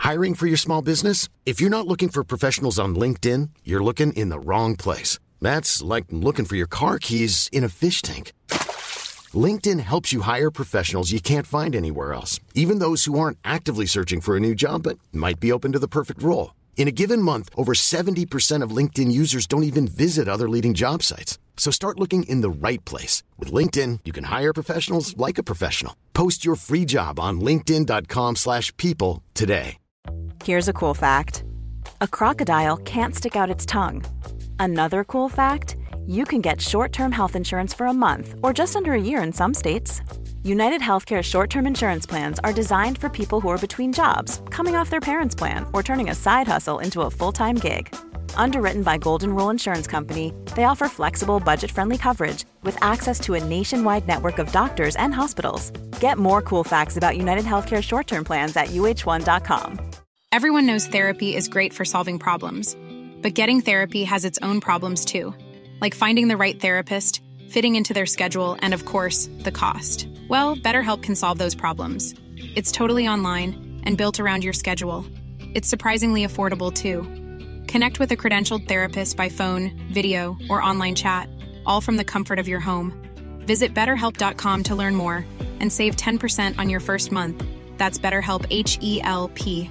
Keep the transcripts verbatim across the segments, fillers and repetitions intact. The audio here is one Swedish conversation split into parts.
Hiring for your small business? If you're not looking for professionals on LinkedIn, you're looking in the wrong place. That's like looking for your car keys in a fish tank. LinkedIn helps you hire professionals you can't find anywhere else, even those who aren't actively searching for a new job but might be open to the perfect role. In a given month, over seventy percent of LinkedIn users don't even visit other leading job sites. So start looking in the right place. With LinkedIn, you can hire professionals like a professional. Post your free job on linkedin dot com slash people today. Here's a cool fact. A crocodile can't stick out its tongue. Another cool fact, you can get short-term health insurance for a month or just under a year in some states. United Healthcare short-term insurance plans are designed for people who are between jobs, coming off their parents' plan, or turning a side hustle into a full-time gig. Underwritten by Golden Rule Insurance Company, they offer flexible, budget-friendly coverage with access to a nationwide network of doctors and hospitals. Get more cool facts about United Healthcare short-term plans at u h one dot com. Everyone knows therapy is great for solving problems, but getting therapy has its own problems too, like finding the right therapist, fitting into their schedule, and of course, the cost. Well, BetterHelp can solve those problems. It's totally online and built around your schedule. It's surprisingly affordable too. Connect with a credentialed therapist by phone, video, or online chat, all from the comfort of your home. Visit better help dot com to learn more and save ten percent on your first month. That's BetterHelp, H E L P.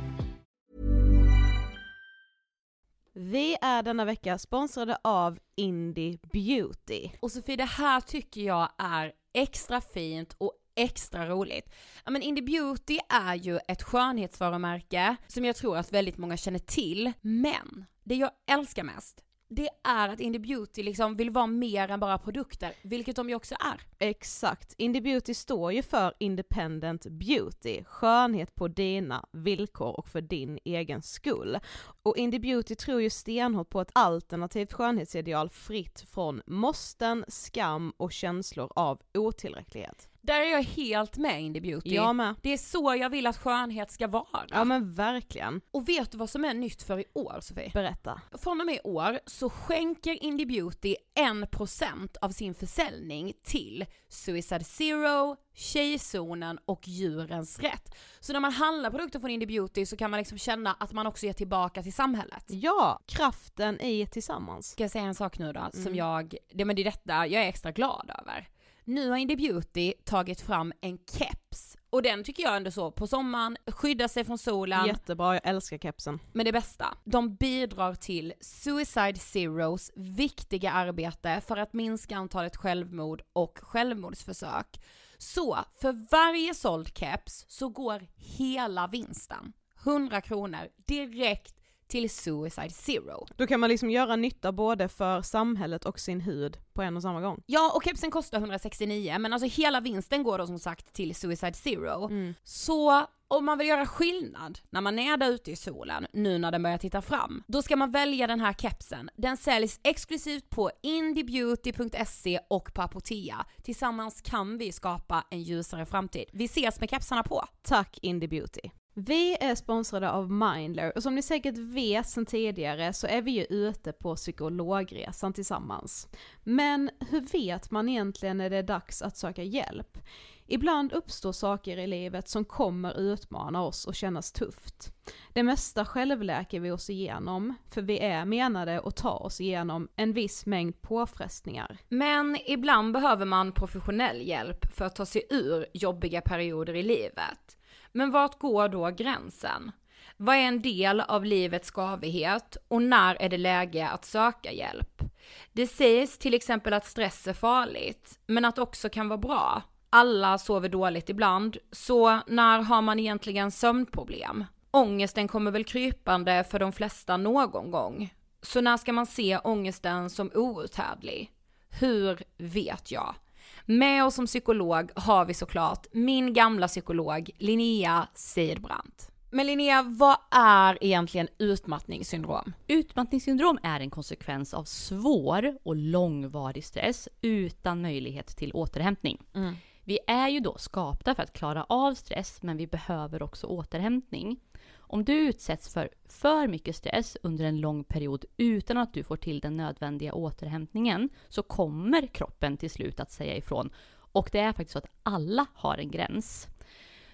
Vi är denna vecka sponsrade av Indie Beauty. Och Sofie, det här tycker jag är extra fint och extra roligt. Ja, men Indie Beauty är ju ett skönhetsvarumärke som jag tror att väldigt många känner till. Men det jag älskar mest, det är att Indie Beauty liksom vill vara mer än bara produkter, vilket de ju också är. Exakt. Indie Beauty står ju för Independent Beauty, skönhet på dina villkor och för din egen skull. Och Indie Beauty tror ju stenhårt på ett alternativt skönhetsideal fritt från måsten, skam och känslor av otillräcklighet. Där är jag helt med Indie Beauty. Jag med. Det är så jag vill att skönhet ska vara. Ja men verkligen. Och vet du vad som är nytt för i år, Sofie? Berätta. Från och med i år så skänker Indie Beauty en procent av sin försäljning till Suicide Zero, Tjejzonen och Djurens Rätt. Så när man handlar produkter från Indie Beauty så kan man liksom känna att man också ger tillbaka till samhället. Ja, kraften i tillsammans. Ska jag säga en sak nu då? Mm. Som jag, det, men det är detta jag är extra glad över. Nu har Indie Beauty tagit fram en keps. Och den tycker jag ändå så på sommaren, skydda sig från solen. Jättebra, jag älskar kepsen. Men det bästa, de bidrar till Suicide Zeros viktiga arbete för att minska antalet självmord och självmordsförsök. Så för varje såld keps så går hela vinsten, hundra kronor, direkt till Suicide Zero. Då kan man liksom göra nytta både för samhället och sin hud på en och samma gång. Ja, och kepsen kostar hundrasextionio, men alltså hela vinsten går då som sagt till Suicide Zero. Mm. Så om man vill göra skillnad när man är där ute i solen, nu när den börjar titta fram, då ska man välja den här kepsen. Den säljs exklusivt på indiebeauty punkt se och på Apotea. Tillsammans kan vi skapa en ljusare framtid. Vi ses med kepsarna på. Tack Indie Beauty. Vi är sponsrade av Mindler och som ni säkert vet sedan tidigare så är vi ju ute på psykologresan tillsammans. Men hur vet man egentligen när det är dags att söka hjälp? Ibland uppstår saker i livet som kommer utmana oss och kännas tufft. Det mesta självläker vi oss igenom, för vi är menade att ta oss igenom en viss mängd påfrestningar. Men ibland behöver man professionell hjälp för att ta sig ur jobbiga perioder i livet. Men vart går då gränsen? Vad är en del av livets skavighet och när är det läge att söka hjälp? Det sägs till exempel att stress är farligt, men att också kan vara bra. Alla sover dåligt ibland, så när har man egentligen sömnproblem? Ångesten kommer väl krypande för de flesta någon gång. Så när ska man se ångesten som outhärdlig? Hur vet jag? Med oss som psykolog har vi såklart min gamla psykolog Linnea Seidbrant. Men Linnea, vad är egentligen utmattningssyndrom? Utmattningssyndrom är en konsekvens av svår och långvarig stress utan möjlighet till återhämtning. Mm. Vi är ju då skapta för att klara av stress, men vi behöver också återhämtning. Om du utsätts för för mycket stress under en lång period utan att du får till den nödvändiga återhämtningen, så kommer kroppen till slut att säga ifrån. Och det är faktiskt så att alla har en gräns.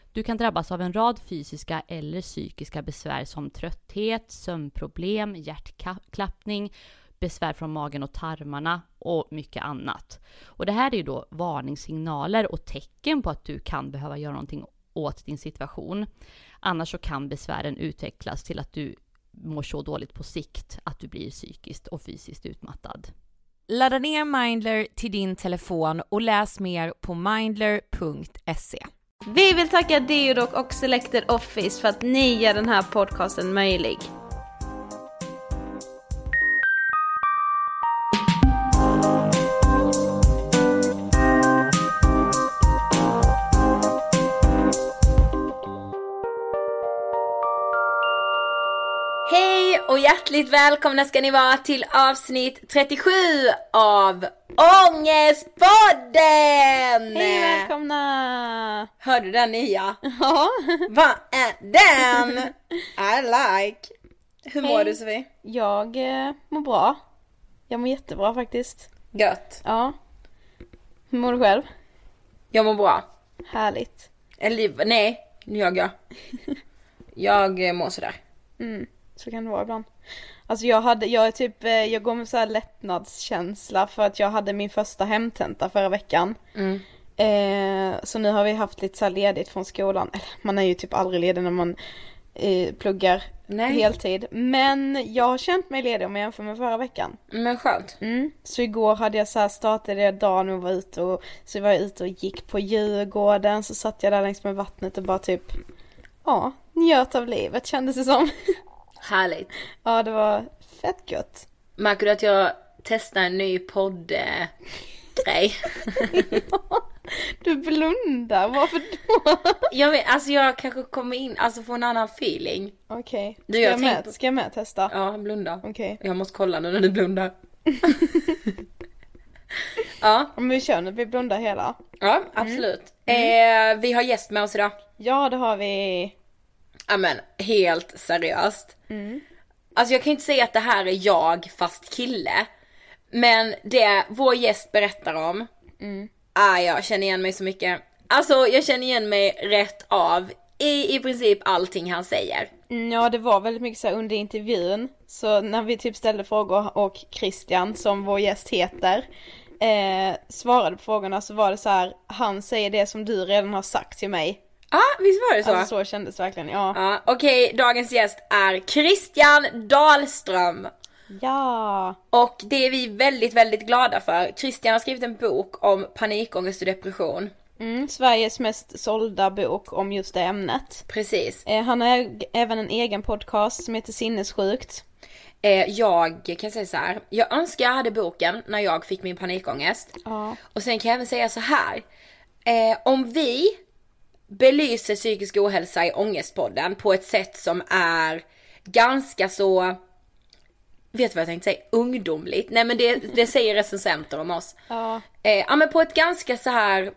Du kan drabbas av en rad fysiska eller psykiska besvär som trötthet, sömnproblem, hjärtklappning, besvär från magen och tarmarna och mycket annat. Och det här är ju då varningssignaler och tecken på att du kan behöva göra någonting åt din situation. Annars så kan besvären utvecklas till att du mår så dåligt på sikt att du blir psykiskt och fysiskt utmattad. Ladda ner Mindler till din telefon och läs mer på mindler punkt se. Vi vill tacka Deodoc och Selected Office för att ni gör den här podcasten möjlig. Hej och hjärtligt välkomna ska ni vara till avsnitt trettiosju av Ångestpodden! Hej, välkomna! Hör du den nya? Ja. Vad är den? I like. Hur mår Hej. du, Sofie? Jag eh, mår bra. Jag mår jättebra faktiskt. Gött. Ja. Hur mår du själv? Jag mår bra. Härligt. Eller nej, nu jag jag. Jag eh, mår sådär. Mm, så kan det vara ibland. Alltså jag hade, jag är typ, eh, jag går med så här lättnadskänsla för att jag hade min första hemtenta förra veckan. Mm. Eh, så nu har vi haft lite så här ledigt från skolan. Man är ju typ aldrig ledig när man eh, pluggar Nej. heltid. Men jag har känt mig ledig om jag jämför med förra veckan. Men skönt. Mm. Så igår hade jag så här startade jag dagen och var ute och så var jag ute och gick på Djurgården. Så satt jag där längs med vattnet och bara typ, ja, njöt av livet kändes det som. Härligt. Ja, det var fett gött. Märker du att jag testar en ny podd-grej? Du blundar, varför då? Jag vet, alltså jag kanske kommer in, alltså få en annan feeling. Okej, Du, ska, jag jag med? tänkte- ska jag med testa? Ja, blunda. Okej, Jag måste kolla nu när du blundar. Ja, men vi kör nu, vi blundar hela. ja, absolut. Eh, vi har gäst med oss idag. Ja, det har vi. Ja men, helt seriöst. Mm. Alltså jag kan inte säga att det här är jag fast kille. Men det vår gäst berättar om. Mm. Ah, jag känner igen mig så mycket. Alltså jag känner igen mig rätt av i, i princip allting han säger. Mm, ja, det var väldigt mycket så här under intervjun. Så när vi typ ställde frågor och Christian, som vår gäst heter, eh, svarade på frågorna, så var det så här: han säger det som du redan har sagt till mig. Ja, ah, visst var det så? Alltså så kändes det verkligen, ja. Ja, okej, dagens gäst är Christian Dahlström. Ja. Och det är vi väldigt, väldigt glada för. Christian har skrivit en bok om panikångest och depression. Mm, Sveriges mest sålda bok om just det ämnet. Precis. Eh, han har även en egen podcast som heter Sinnessjukt. Eh, jag kan säga så här. Jag önskar jag hade boken när jag fick min panikångest. Ja. Och sen kan jag även säga så här. Eh, om vi belyser psykisk ohälsa i Ångestpodden på ett sätt som är ganska så, vet du vad jag tänkte säga, ungdomligt. Nej men det, det säger recensenter om oss. Ja. Eh, ja men på ett ganska så här,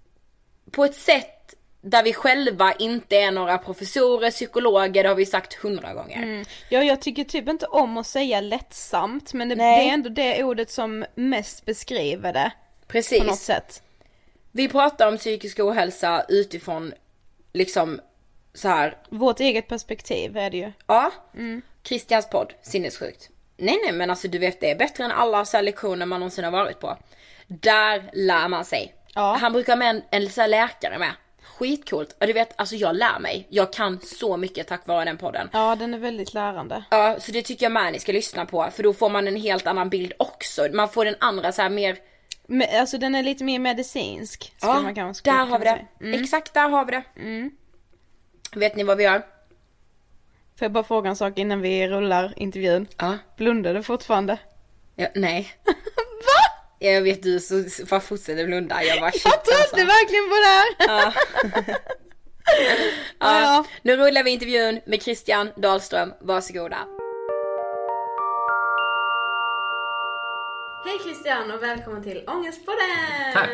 på ett sätt där vi själva inte är några professorer, psykologer, det har vi sagt hundra gånger. Mm. Ja, jag tycker typ inte om att säga lättsamt, men det, det Nej. är ändå det ordet som mest beskriver det. Precis. På något sätt. Vi pratar om psykisk ohälsa utifrån liksom så här. Vårt eget perspektiv är det ju. Ja, mm. Christians podd, Sinnessjukt. Nej nej men alltså du vet, det är bättre än alla så här lektioner man någonsin har varit på. Där lär man sig. Ja. Han brukar ha med en, en så här läkare med. Skitcoolt. Och du vet, alltså jag lär mig. Jag kan så mycket tack vare den podden. Ja, den är väldigt lärande. Ja, så det tycker jag med ni ska lyssna på. För då får man en helt annan bild också. Man får den andra så här mer. Men, alltså den är lite mer medicinsk. Ja, man kan, skulle, där kan har vi det. mm. Exakt, där har vi det. Mm. Vet ni vad vi gör? Får jag bara fråga en sak innan vi rullar intervjun? Ja. Blundar du fortfarande? Ja, nej. Va? Jag vet du så bara fortsätter blunda. Jag bara shit, Jag trodde alltså. verkligen på det här. Ja. Ja, ja. Nu rullar vi intervjun med Christian Dahlström. Varsågoda. Hej Christian och välkommen till Ångestpodden! Tack!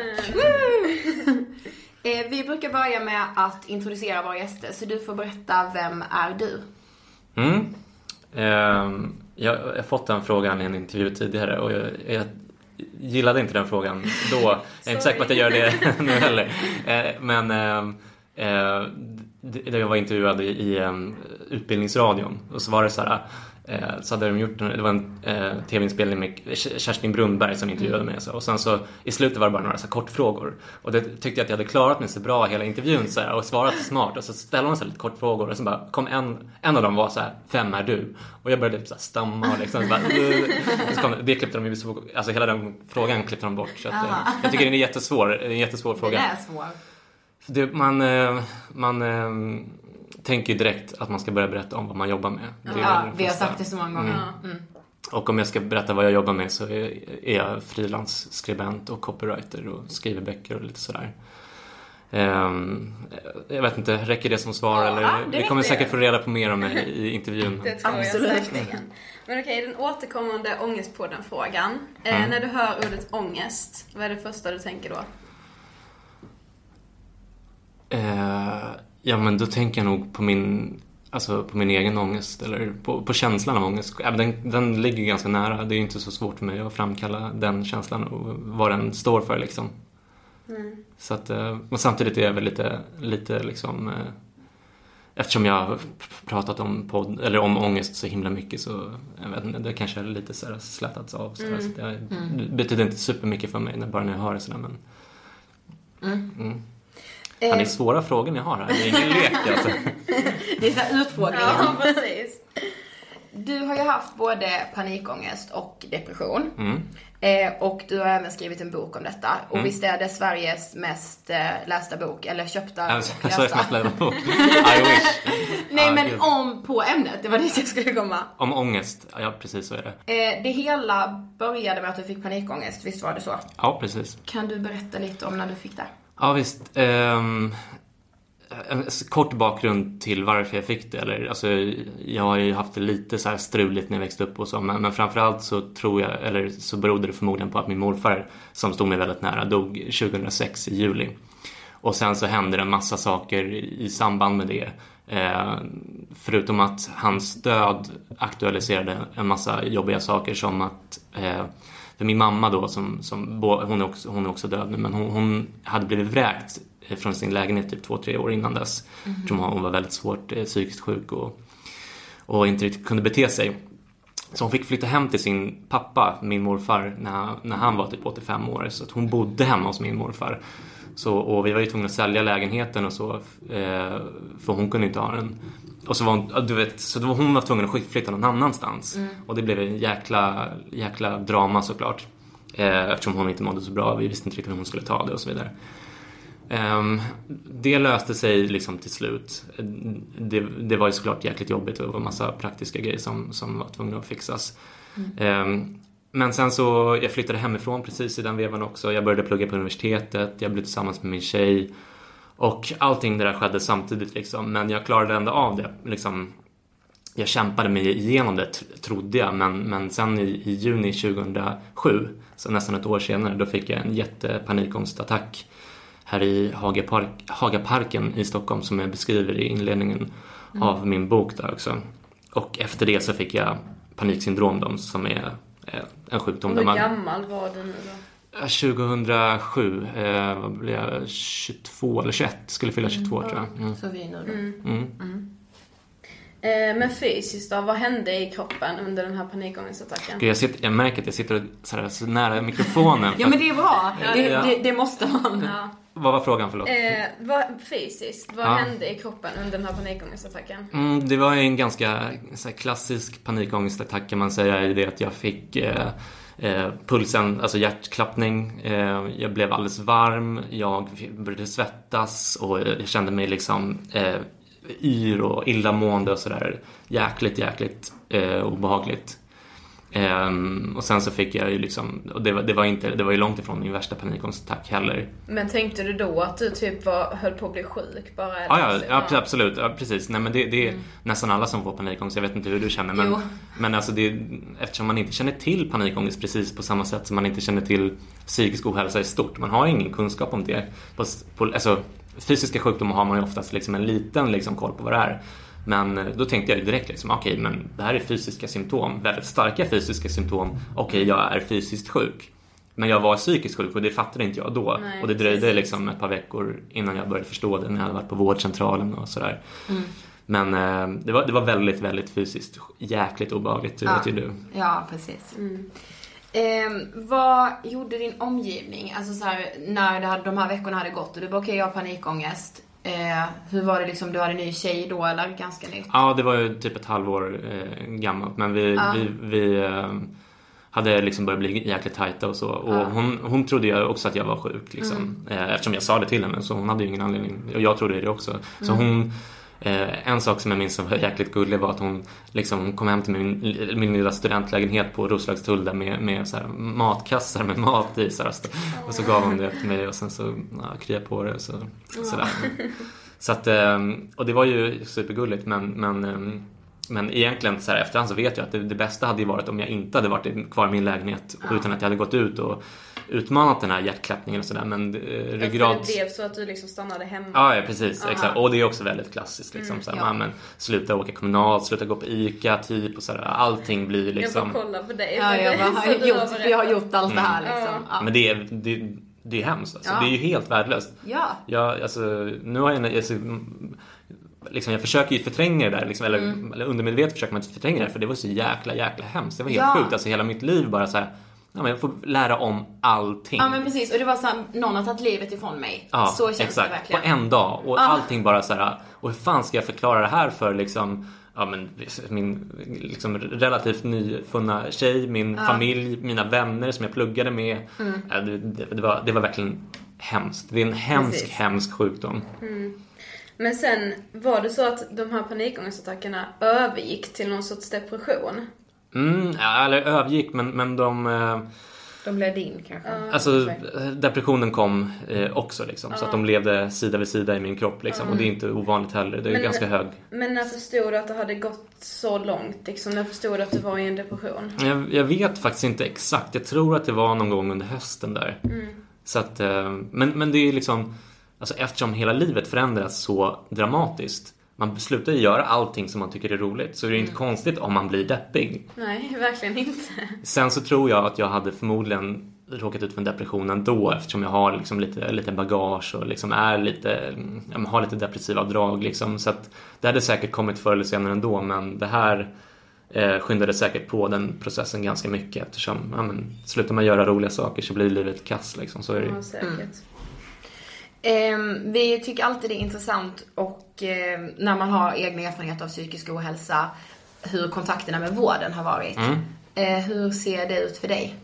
eh, vi brukar börja med att introducera våra gäster. Så du får berätta, vem är du? Mm. Eh, jag har fått den frågan i en intervju tidigare och jag, jag gillade inte den frågan då. Jag är inte säker på att jag gör det nu heller. Eh, men eh, eh, där jag var intervjuad i, i um, Utbildningsradion. Och så var det så här... Eh, så hade de gjort, det var en eh, tv-inspelning med Kerstin Brunnberg som intervjuade mig. Så, och sen så i slutet var det bara några så här kortfrågor. Och det tyckte jag att jag hade klarat mig så bra hela intervjun så här, och svarat så smart. Och så ställde hon så här lite kortfrågor och så bara kom en, en av dem var så här, vem är du? Och jag började typ så här stamma och liksom så bara, och så kom, det klippte de ju så, alltså hela den frågan klippte de bort. Så att, eh, jag tycker det är en jättesvår, en jättesvår fråga. Det är svår. Det, man, eh, man eh, tänker ju direkt att man ska börja berätta om vad man jobbar med. Det ja, vi har sagt det så många gånger. Mm. Mm. Och om jag ska berätta vad jag jobbar med så är, är jag frilansskribent och copywriter och skriver böcker och lite sådär. Um, jag vet inte, räcker det som svar? Ja, eller? Vi kommer säkert få reda på mer om mig i intervjun. Det tror Absolut. jag säkerligen. Men okej, den återkommande ångestpodden-frågan. Mm. Eh, när du hör ordet ångest, vad är det första du tänker då? Uh, ja, men då tänker jag nog på min, alltså på min egen ångest eller på, på känslan av ångest. Den, den ligger ganska nära. Det är inte så svårt för mig att framkalla den känslan och vad den står för liksom. Mm. Så att, och samtidigt är jag väl lite, lite liksom, eftersom jag har pratat om podd, eller om ångest så himla mycket så jag vet inte, det kanske är lite så här slätats av så, mm. så det, mm. det betyder inte supermycket för mig när bara när jag hör det sådär, men mm. Mm. Det är svåra frågor ni har här. Det är ingen lek alltså. Det är så här utfrågningar. Ja, precis. Du har ju haft både panikångest och depression. Mm. Eh, och du har även skrivit en bok om detta. Och mm. visst är det Sveriges mest eh, lästa bok, eller köpta alltså, och lästa. Sveriges mest lästa bok. I wish. Nej, ah, men Gud. om på ämnet, det var det jag skulle komma. Om ångest, ja precis så är det. Eh, det hela började med att du fick panikångest, visst var det så? Ja, precis. Kan du berätta lite om när du fick det? Ja, visst. Um, en kort bakgrund till varför jag fick det. Eller, alltså, jag har ju haft det lite så här struligt när jag växte upp och så. Men, men framförallt så tror jag, eller så berodde det förmodligen på att min morfar, som stod mig väldigt nära, dog tjugohundrasex i juli. Och sen så hände det en massa saker i samband med det. Eh, förutom att hans död aktualiserade en massa jobbiga saker som att... Eh, För min mamma då, som, som, hon, är också, hon är också död nu, men hon, hon hade blivit vräkt från sin lägenhet typ två, tre år innan dess. Mm-hmm. Som hon var väldigt svårt eh, psykiskt sjuk och, och inte riktigt kunde bete sig. Så hon fick flytta hem till sin pappa, min morfar, när, när han var typ åttiofem år. Så att hon bodde hemma hos min morfar. Så, och vi var ju tvungna att sälja lägenheten och så, eh, för hon kunde inte ha den. Och så var hon, du vet, så då var hon var tvungen att flytta någon annanstans. Mm. Och det blev en jäkla, jäkla drama såklart. Eh, eftersom hon inte mådde så bra. Vi visste inte riktigt hur hon skulle ta det och så vidare. Um, det löste sig liksom till slut. Det, det var ju såklart jäkligt jobbigt och det var massa praktiska grejer som, som var tvungna att fixas. Mm. Um, men sen så, jag flyttade hemifrån precis i den vevan också. Jag började plugga på universitetet. Jag blev tillsammans med min tjej. Och allting det där skedde samtidigt liksom. Men jag klarade ändå av det liksom. Jag kämpade mig igenom det, trodde jag. Men, men sen i, i juni tjugohundrasju, så nästan ett år senare, då fick jag en jättepanikångestattack här i Hagapark, Hagaparken i Stockholm, som jag beskriver i inledningen mm. av min bok där också. Och efter det så fick jag paniksyndrom då, som är eh, en sjukdom. Och hur man... gammal var du nu då? tjugohundrasju eh, vad blev jag, tjugotvå eller tjugoett, skulle fylla tjugotvå mm. tror jag. Mm. Så vi är nu då. Mm. Mm. Mm. Eh, men fysiskt då, vad hände i kroppen under den här panikångestattacken? Jag, sitter, jag märker att jag sitter så, här, så nära mikrofonen. Ja, men det är bra. Ja, det, ja. det, det måste man. Ja. Vad var frågan, förlåt? Eh, vad, fysiskt, vad ja. hände i kroppen under den här panikångestattacken? Mm, det var en ganska så här, klassisk panikångestattack kan man säga, i det att jag fick eh, eh, pulsen, alltså hjärtklappning. Eh, jag blev alldeles varm, jag började svettas och jag kände mig liksom eh, yr och illamående och sådär. Jäkligt, jäkligt eh, obehagligt. Um, och sen så fick jag ju liksom, och det var, det var inte, det var ju långt ifrån min värsta panikångestattack heller. Men tänkte du då att du typ var, höll på att bli sjuk bara? Ja, ja, ja, absolut, ja, precis. Nej, men det, det är mm. nästan alla som får panikångest. Jag vet inte hur du känner, men, men alltså det, eftersom man inte känner till panikångest precis på samma sätt som man inte känner till psykisk ohälsa i stort. Man har ingen kunskap om det. På, på, alltså, fysiska sjukdomar har man ju oftast liksom en liten liksom, koll på vad det är. Men då tänkte jag direkt liksom, okej, okay, men det här är fysiska symptom, väldigt starka fysiska symptom. Okej, okay, jag är fysiskt sjuk. Men jag var psykiskt sjuk och det fattade inte jag då. Nej, och det dröjde precis. liksom ett par veckor innan jag började förstå det när jag hade varit på vårdcentralen och sådär. Mm. Men eh, det, var, det var väldigt, väldigt fysiskt jäkligt obehagligt, det ja. vet ju du. Ja, precis. Mm. Eh, vad gjorde din omgivning? Alltså så här, när det hade, de här veckorna hade gått och du bara, okej, okay, jag har panikångest. Eh, hur var det liksom, du hade en ny tjej då eller ganska nytt? Ja, det var ju typ ett halvår eh, gammalt. Men vi, ja. vi, vi eh, hade liksom börjat bli jäkligt tajta och så. Och ja. hon, hon trodde ju också att jag var sjuk liksom. Mm. Eh, eftersom jag sa det till henne, så hon hade ju ingen anledning. Och jag trodde det också. Så mm. hon... Eh, en sak som jag minns som var jäkligt gullig var att hon liksom kom hem till min, min lilla studentlägenhet på Roslagstull där med, med så här matkassar med mat i så här, och så gav hon det till mig och sen så ja, kryade på det så, så där. Så att, eh, och det var ju supergulligt men, men, eh, men egentligen så här efterhand så vet jag att det, det bästa hade ju varit om jag inte hade varit kvar i min lägenhet ja. utan att jag hade gått ut och utmanat den här hjärtklappningen och sådär, men eh, ryggrad... Det blev så att du liksom stannade hemma. Ja, ja precis, exakt. Och det är också väldigt klassiskt liksom, mm, såhär, ja. men sluta åka kommunalt, sluta gå på ICA typ och sådär, allting blir liksom... Jag får kolla på dig. Ja, jag, bara, har gjort, för jag har gjort allt mm. det här liksom. Ja. Men det är, det, det är hemskt alltså. Ja. Det är ju helt värdelöst. Ja. Jag, alltså, nu har jag... Alltså, liksom, jag försöker ju förtränga det där liksom, eller, mm. eller undermedvetet försöker man inte förtränga det, för det var så jäkla, jäkla hemskt. Det var helt ja. sjukt, alltså hela mitt liv bara så här. Ja, men jag får lära om allting. Ja, men precis. Och det var så här, någon har tagit livet ifrån mig. Ja, så känns exakt. det verkligen. På en dag. Och ah. allting bara så här. Och hur fan ska jag förklara det här för liksom... Ja, men min liksom, relativt nyfunna tjej, min ah. familj, mina vänner som jag pluggade med. Mm. Ja, det, det, det, var, det var verkligen hemskt. Det är en hemsk, precis. hemsk sjukdom. Mm. Men sen var det så att de här panikångestattackerna övergick till någon sorts depression? Mm, ja, eller övergick, men, men de... Eh, de ledde in kanske. Uh, alltså, depressionen kom eh, också liksom. Uh. Så att de levde sida vid sida i min kropp liksom. Uh. Och det är inte ovanligt heller, det är men, ganska hög. Men när förstod du att det hade gått så långt liksom? När förstod du att du var i en depression? Jag, jag vet faktiskt inte exakt. Jag tror att det var någon gång under hösten där. Mm. Så att, eh, men, men det är liksom... Alltså eftersom hela livet förändras så dramatiskt. Man slutar göra allting som man tycker är roligt. Så är det mm. inte konstigt om man blir deppig. Nej, verkligen inte. Sen så tror jag att jag hade förmodligen råkat ut för en depression ändå. Eftersom jag har liksom lite, lite bagage och liksom är lite, jag har lite depressiva drag. Liksom. Så att det hade säkert kommit förr eller senare ändå. Men det här eh, skyndade säkert på den processen ganska mycket. Eftersom ja, men, slutar man göra roliga saker så blir livet kass. Liksom. Så är det. Ja, säkert. Mm. Eh, vi tycker alltid det är intressant och eh, när man har egna erfarenheter av psykisk ohälsa, hur kontakterna med vården har varit. Mm. Eh, hur ser det ut för dig?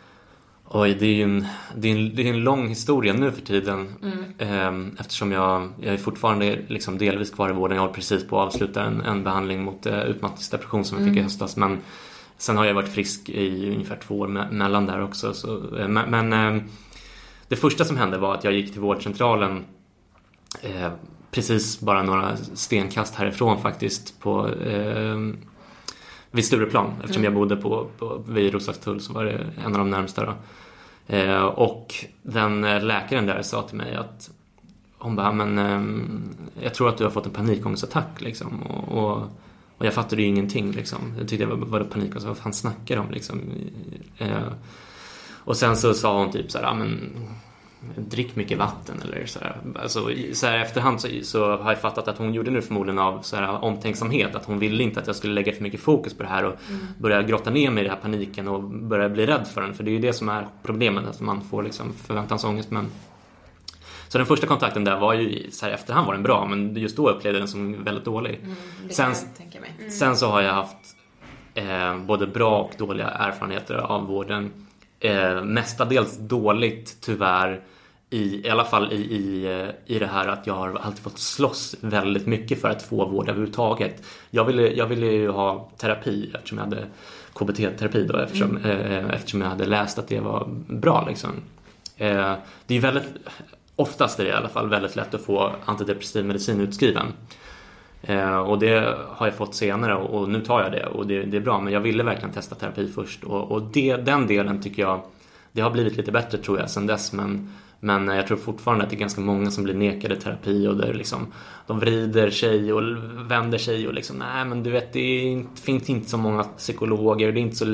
Oj, det är ju en, det är en, det är en lång historia nu för tiden. Mm. Eh, eftersom jag, jag är fortfarande liksom delvis kvar i vården. Jag har precis på att avsluta en, en behandling mot eh, utmattningsdepression som jag fick mm. i höstas. Men sen har jag varit frisk i ungefär två år me- mellan där också. Så, eh, men... men eh, det första som hände var att jag gick till vårdcentralen eh, precis bara några stenkast härifrån faktiskt på, eh, vid Stureplan. Eftersom mm. jag bodde på, på, vid Roslagstull så var det en av de närmsta då. Eh, och den läkaren där sa till mig att hon bara, men eh, jag tror att du har fått en panikångestattack liksom. Och, och, och jag fattade ju ingenting liksom. Jag tyckte jag var, var det panikångest, vad fan snackar de liksom. Eh, Och sen så sa hon typ så här, men drick mycket vatten eller så här. Alltså så här efterhand så, så har jag fattat att hon gjorde det förmodligen av så här omtänksamhet, att hon ville inte att jag skulle lägga för mycket fokus på det här och mm. börja grotta ner mig i den här paniken och börja bli rädd för den, för det är ju det som är problemet, att man får liksom förväntansångest. Men så den första kontakten där var ju så här efterhand var den bra, men just då upplevde jag den som väldigt dålig. Mm, sen, mm. sen så har jag haft eh, både bra och dåliga erfarenheter av vården. Eh, mestadels dåligt tyvärr i, i alla fall i, i, i det här att jag har alltid fått slåss väldigt mycket för att få vård överhuvudtaget. Jag ville, jag ville ju ha terapi eftersom jag hade K B T-terapi då, eftersom, mm. eh, eftersom jag hade läst att det var bra liksom. Eh, det är väldigt, oftast är det i alla fall väldigt lätt att få antidepressiv medicin utskriven. Eh, och det har jag fått senare och, och nu tar jag det och det, det är bra, men jag ville verkligen testa terapi först och, och det, den delen tycker jag det har blivit lite bättre tror jag sedan dess, men, men jag tror fortfarande att det är ganska många som blir nekade terapi och där liksom, de vrider sig och vänder sig och liksom, nej men du vet det, är, det finns inte så många psykologer, det är inte så lätt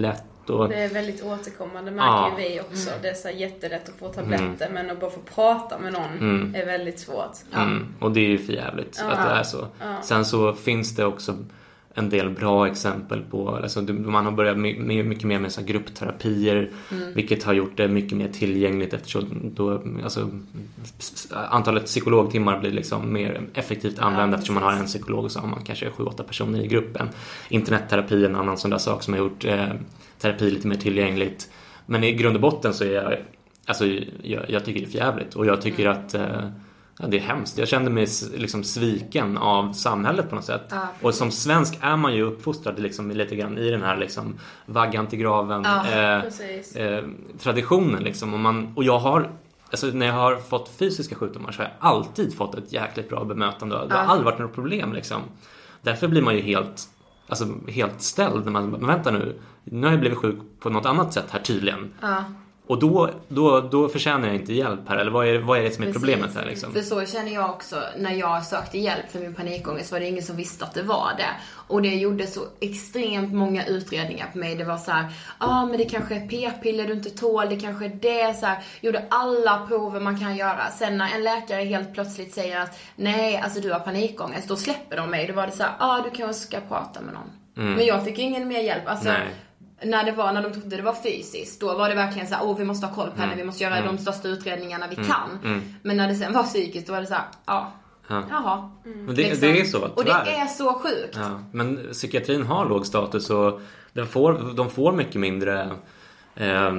snabbt. Och, det är väldigt återkommande, märker ja. ju vi också. Det är så jättelätt att få tabletter, mm. men att bara få prata med någon mm. är väldigt svårt. Ja. Mm. Och det är ju för jävligt ja. att det är så. Ja. Sen så finns det också en del bra exempel på, alltså man har börjat med, mycket mer med så här gruppterapier, mm. vilket har gjort det mycket mer tillgängligt, eftersom då, alltså, antalet psykologtimmar blir liksom mer effektivt använt, ja, eftersom man har en psykolog och så har man kanske sju åtta personer i gruppen. Internetterapi är en annan sån där sak som har gjort eh, terapi lite mer tillgängligt. Men i grund och botten så är jag, alltså, jag, jag tycker det är förjävligt, och jag tycker mm. att eh, ja, det är hemskt. Jag kände mig liksom sviken av samhället på något sätt. Ja. Och som svensk är man ju uppfostrad liksom lite grann i den här liksom vaggan till graven ja, eh, eh, traditionen liksom. Och, man, och jag har, alltså när jag har fått fysiska sjukdomar så har jag alltid fått ett jäkligt bra bemötande. Det har ja. aldrig varit något problem liksom. Därför blir man ju helt, alltså, helt ställd när man, men vänta nu, nu har jag blivit sjuk på något annat sätt här tydligen. Ja. Och då, då, då förtjänar jag inte hjälp här. Eller vad är, vad är det som är Precis. problemet här liksom? För så känner jag också. När jag sökte hjälp för min panikångest var det ingen som visste att det var det. Och det gjorde så extremt många utredningar på mig. Det var så här, ja ah, men det kanske är p-piller du inte tål. Det kanske är det. Så här, gjorde alla prover man kan göra. Sen när en läkare helt plötsligt säger att nej, alltså du har panikångest. Då släpper de mig. Då var det så här, ja ah, du kanske ska prata med någon. Mm. Men jag fick ingen mer hjälp. Alltså... Nej. När det var, när de trodde det var fysiskt, då var det verkligen så här, åh vi måste ha koll på henne, mm. vi måste göra mm. de största utredningarna vi mm. kan. Mm. Men när det sen var psykiskt, då var det så här, ja, ja. jaha. Mm. Men det, liksom. det är så, tyvärr. Och det är så sjukt. Ja. Men psykiatrin har låg status och den får, de får mycket mindre eh,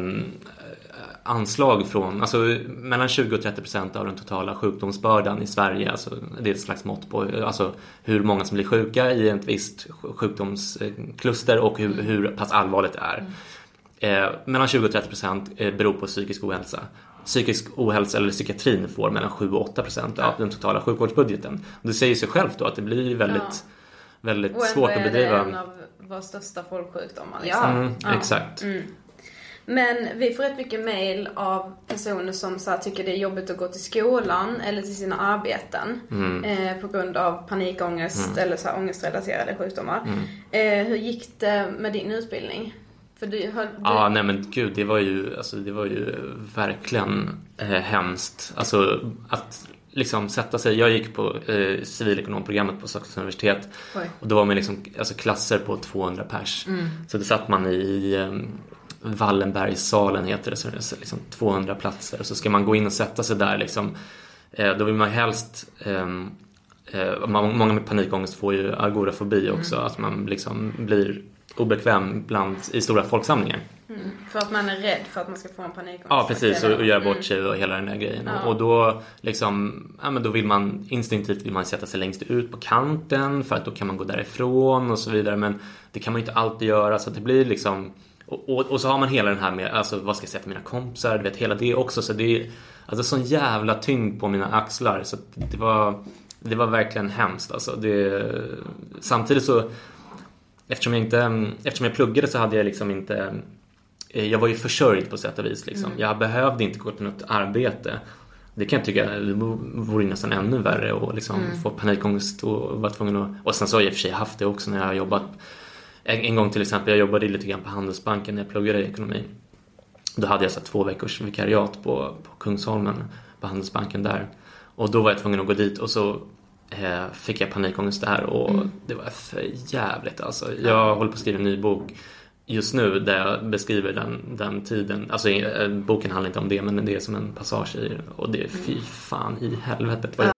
anslag från, alltså mellan tjugo och trettio procent av den totala sjukdomsbördan i Sverige, alltså det är ett slags mått på alltså hur många som blir sjuka i ett visst sjukdomskluster och hur, hur pass allvarligt det är. Mm. Eh, mellan tjugo och trettio procent beror på psykisk ohälsa. Psykisk ohälsa eller psykiatrin får mellan sju och åtta procent av den totala sjukvårdsbudgeten. Och det säger sig självt då att det blir väldigt, ja. väldigt svårt att bedriva. Och ändå är det en av våra största folksjukdomar. Liksom. Ja. Mm, ja. Exakt. Mm. Men vi får rätt mycket mejl av personer som så här, tycker det är jobbigt att gå till skolan eller till sina arbeten mm. eh, på grund av panikångest mm. eller så här, ångestrelaterade sjukdomar. Mm. Eh, hur gick det med din utbildning? För du, har, du... Ja, nej men gud, det var ju, alltså, det var ju verkligen eh, hemskt. Alltså att liksom sätta sig, jag gick på eh, civilekonomprogrammet på Stockholms universitet. Oj. Och då var man liksom alltså, klasser på tvåhundra pers. Mm. Så det satt man i... Eh, Wallenbergssalen heter det, så det är liksom tvåhundra platser, och så ska man gå in och sätta sig där liksom, eh, då vill man helst eh, eh, många med panikångest får ju agorafobi också, mm. att man liksom blir obekväm bland, i stora folksamlingar. Mm. För att man är rädd för att man ska få en panikångest. Ja, precis, och, och göra bort sig och hela den där grejen. Ja. Och då liksom, ja men då vill man instinktivt vill man sätta sig längst ut på kanten för att då kan man gå därifrån och så vidare, men det kan man ju inte alltid göra, så att det blir liksom. Och, och, och så har man hela den här med, alltså vad ska jag säga till mina kompisar, du vet, hela det också, så det är alltså sån jävla tyngd på mina axlar, så det var det var verkligen hemskt alltså. Det, samtidigt så eftersom jag inte eftersom jag pluggade så hade jag liksom inte, jag var ju försörjd på sätt och vis liksom. Mm. Jag behövde inte gå till något arbete. Det kan jag tycka det vore nästan ännu värre och liksom mm. få panikångest och vara tvungen att, och sen så har jag i och för sig haft det också när jag har jobbat. En, en gång till exempel, jag jobbade lite grann på Handelsbanken när jag pluggade i ekonomi. Då hade jag så två veckors vikariat på, på Kungsholmen på Handelsbanken där. Och då var jag tvungen att gå dit och så eh, fick jag panikångest där och mm. det var för jävligt alltså. Jag håller på att skriva en ny bok just nu där jag beskriver den, den tiden. Alltså eh, boken handlar inte om det, men det är som en passage i, och det är fy fan i helvetet vad jag...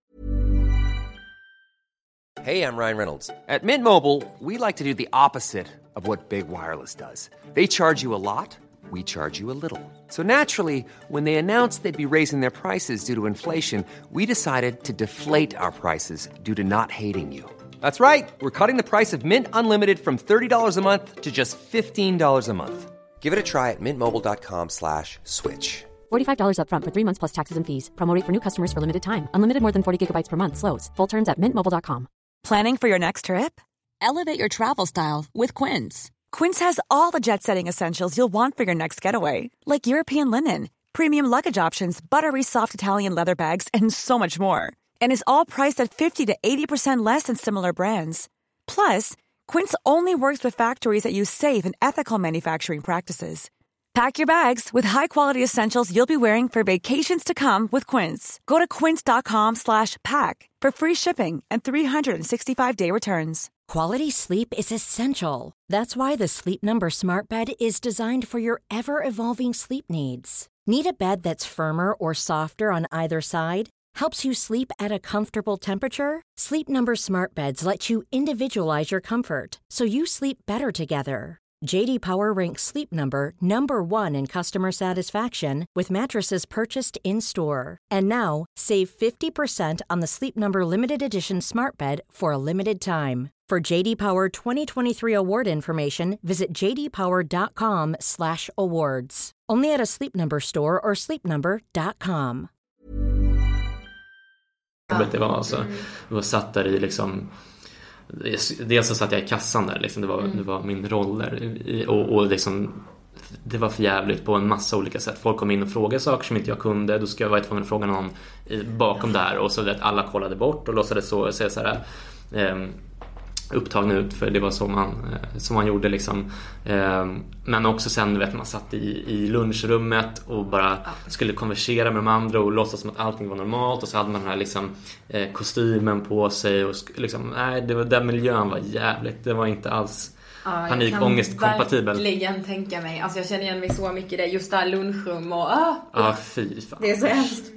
Hey, I'm Ryan Reynolds. At Mint Mobile, we like to do the opposite of what Big Wireless does. They charge you a lot, we charge you a little. So naturally, when they announced they'd be raising their prices due to inflation, we decided to deflate our prices due to not hating you. That's right. We're cutting the price of Mint Unlimited from thirty dollars a month to just fifteen dollars a month. Give it a try at mintmobile.com slash switch. forty-five dollars up front for three months plus taxes and fees. Promo rate for new customers for limited time. Unlimited more than forty gigabytes per month. Slows full terms at mint mobile dot com. Planning for your next trip? Elevate your travel style with Quince. Quince has all the jet-setting essentials you'll want for your next getaway, like European linen, premium luggage options, buttery soft Italian leather bags, and so much more. And is all priced at fifty to eighty percent less than similar brands. Plus, Quince only works with factories that use safe and ethical manufacturing practices. Pack your bags with high-quality essentials you'll be wearing for vacations to come with Quince. Go to quince.com slash pack for free shipping and three sixty-five day returns. Quality sleep is essential. That's why the Sleep Number Smart Bed is designed for your ever-evolving sleep needs. Need a bed that's firmer or softer on either side? Helps you sleep at a comfortable temperature? Sleep Number Smart Beds let you individualize your comfort so you sleep better together. J D Power ranks Sleep Number number one in customer satisfaction with mattresses purchased in-store. And now, save fifty percent on the Sleep Number Limited Edition Smart Bed for a limited time. For J D Power twenty twenty-three award information, visit j d power dot com slash awards. Only at a Sleep Number store or sleep number dot com. Det var alltså, det var satt där i liksom, dels så satt jag i kassan där liksom, det var, mm. det var min roll där och, och liksom, det var för jävligt på en massa olika sätt. Folk kom in och frågade saker som inte jag kunde, då ska jag vara tvungen att fråga någon bakom där, och så att alla kollade bort och låtsades så, så, så här, eh, upptagna ut, för det var så man, som man gjorde liksom. Men också sen, vet, man satt i, i lunchrummet och bara skulle konversera med de andra och låtsas som att allting var normalt, och så hade man den här liksom, kostymen på sig och liksom, nej, det var, den miljön var jävligt, det var inte alls ja, panikångest-kompatibel. Jag kan verkligen tänka mig, alltså jag känner igen mig så mycket i det, just det här lunchrum och ah, ja, fy fan. Det är så hemskt.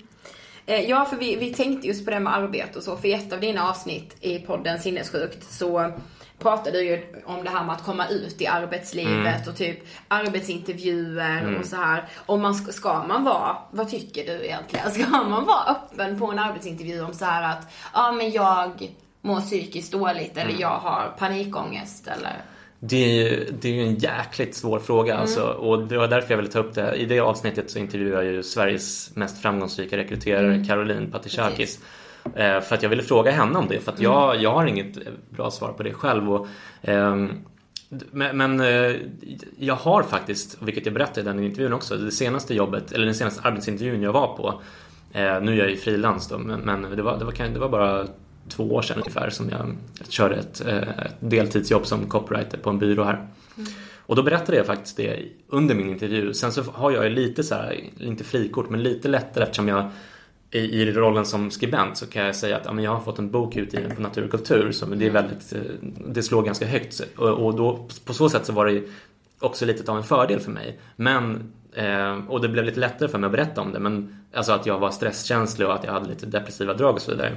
Ja, för vi, vi tänkte just på det med arbete och så. För i ett av dina avsnitt i podden Sinnessjukt så pratade du ju om det här med att komma ut i arbetslivet mm. och typ arbetsintervjuer mm. och så här. Och man ska, ska man vara, vad tycker du egentligen? Ska man vara öppen på en arbetsintervju om så här att ja, men jag mår psykiskt dåligt eller mm. jag har panikångest eller... Det är ju, det är ju en jäkligt svår fråga mm. alltså, och det var därför jag ville ta upp det. I det avsnittet så intervjuar jag ju Sveriges mest framgångsrika rekryterare mm. Caroline Paticakis, eh, för att jag ville fråga henne om det, för att mm. jag, jag har inget bra svar på det själv och, eh, men, men eh, jag har faktiskt, vilket jag berättade i den intervjun också, det senaste jobbet, eller den senaste arbetsintervjun jag var på, eh, nu är jag ju frilans då, men, men det, var, det, var, det var bara två år sedan ungefär som jag körde ett, ett deltidsjobb som copywriter på en byrå här. Mm. Och då berättade jag faktiskt det under min intervju. Sen så har jag lite så här, inte frikort, men lite lättare eftersom jag i, i rollen som skribent så kan jag säga att ja, men jag har fått en bok utgiven på Natur och kultur, så det är väldigt, det slår ganska högt, och, och då på så sätt så var det också lite av en fördel för mig. Men eh, och det blev lite lättare för mig att berätta om det, men alltså att jag var stresskänslig och att jag hade lite depressiva drag och så vidare.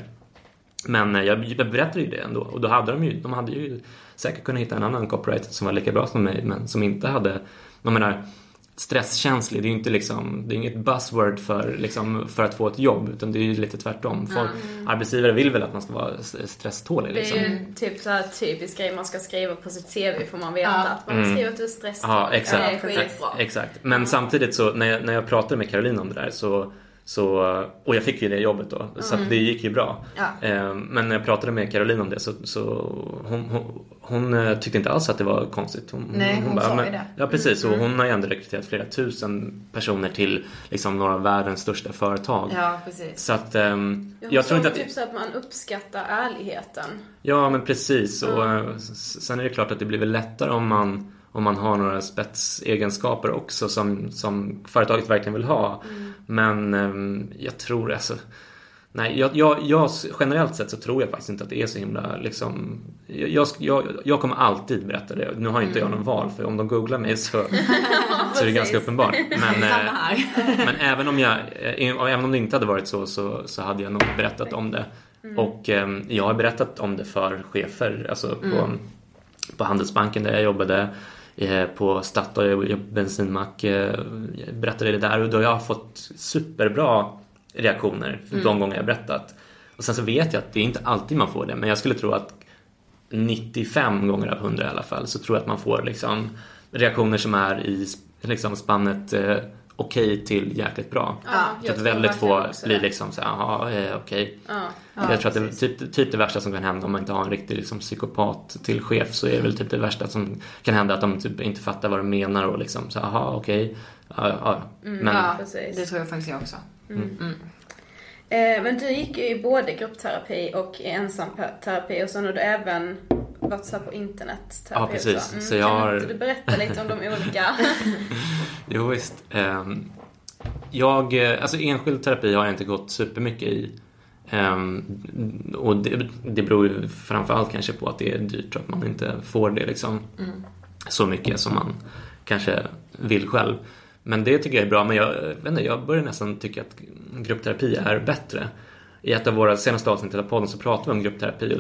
Men jag berättade ju det ändå, och då hade de ju, de hade ju säkert kunnat hitta en annan copywriter som var lika bra som mig, men som inte hade, jag menar, stresskänslig, det är ju inte liksom, det är inget buzzword för, liksom, för att få ett jobb, utan det är ju lite tvärtom. Folk, mm. arbetsgivare vill väl att man ska vara stresstålig liksom. Det är ju typ så här typisk grej man ska skriva på sitt C V, får man veta ja. att man mm. skriver att du är stressad. Ja, exakt. Ja, exakt, exakt. Men mm. samtidigt så när jag, när jag pratade med Caroline om det där så Så, och jag fick ju det jobbet då, mm. så att det gick ju bra. Ja. Eh, men när jag pratade med Caroline om det så, så hon, hon, hon tyckte inte alls att det var konstigt. Hon, Nej, hon, hon bara, sa men, det. Ja, precis. Mm. Och hon har ju ändå rekryterat flera tusen personer till liksom, några av världens största företag. Ja, precis. Så att, ehm, jag, jag tror inte att... typ så att man uppskattar ärligheten. Ja, men precis. Mm. Och sen är det klart att det blir väl lättare om man... om man har några spetsegenskaper också som, som företaget verkligen vill ha. Mm. Men um, jag tror alltså, nej, jag, jag, jag, generellt sett så tror jag faktiskt inte att det är så himla liksom, jag, jag, jag kommer alltid berätta det. Nu har inte mm. jag någon val, för om de googlar mig så, så är det ganska uppenbart. Men, men även, om jag, även om det inte hade varit så, så, så hade jag nog berättat om det. Mm. Och um, jag har berättat om det för chefer, alltså på, mm. på Handelsbanken där jag jobbade, på Statoil bensinmack, berättade det där, och då har jag fått superbra reaktioner för mm. de gånger jag berättat. Och sen så vet jag att det är inte alltid man får det, men jag skulle tro att nittiofem gånger av hundra i alla fall så tror jag att man får liksom reaktioner som är i liksom spannet eh, okej okay till jäkligt bra. Ja, så att väldigt få blir liksom så här, jaha, eh, okej. Okay. Ja, ja, jag tror att det är typ, typ det värsta som kan hända om man inte har en riktig liksom, psykopat till chef, så är det väl typ det värsta som kan hända att de typ inte fattar vad de menar och liksom så jaha, okej. Okay. Ja, ja. Mm, men ja, precis. Det tror jag faktiskt jag också. Mm. Mm. Eh, men du gick ju i både gruppterapi och i ensamterapi, och sen har du även varit så här på internet. Ja, precis. Mm, så jag kan har... inte du berätta lite om de olika? Jo, visst. Um, jag, alltså enskild terapi har jag inte gått supermycket i. Um, och det, det beror ju framförallt kanske på att det är dyrt och att man inte får det liksom mm. så mycket som man kanske vill själv. Men det tycker jag är bra. Men jag, vet inte, jag börjar nästan tycka att gruppterapi är bättre. I ett av våra senaste avsnitt av podden så pratar vi om gruppterapi.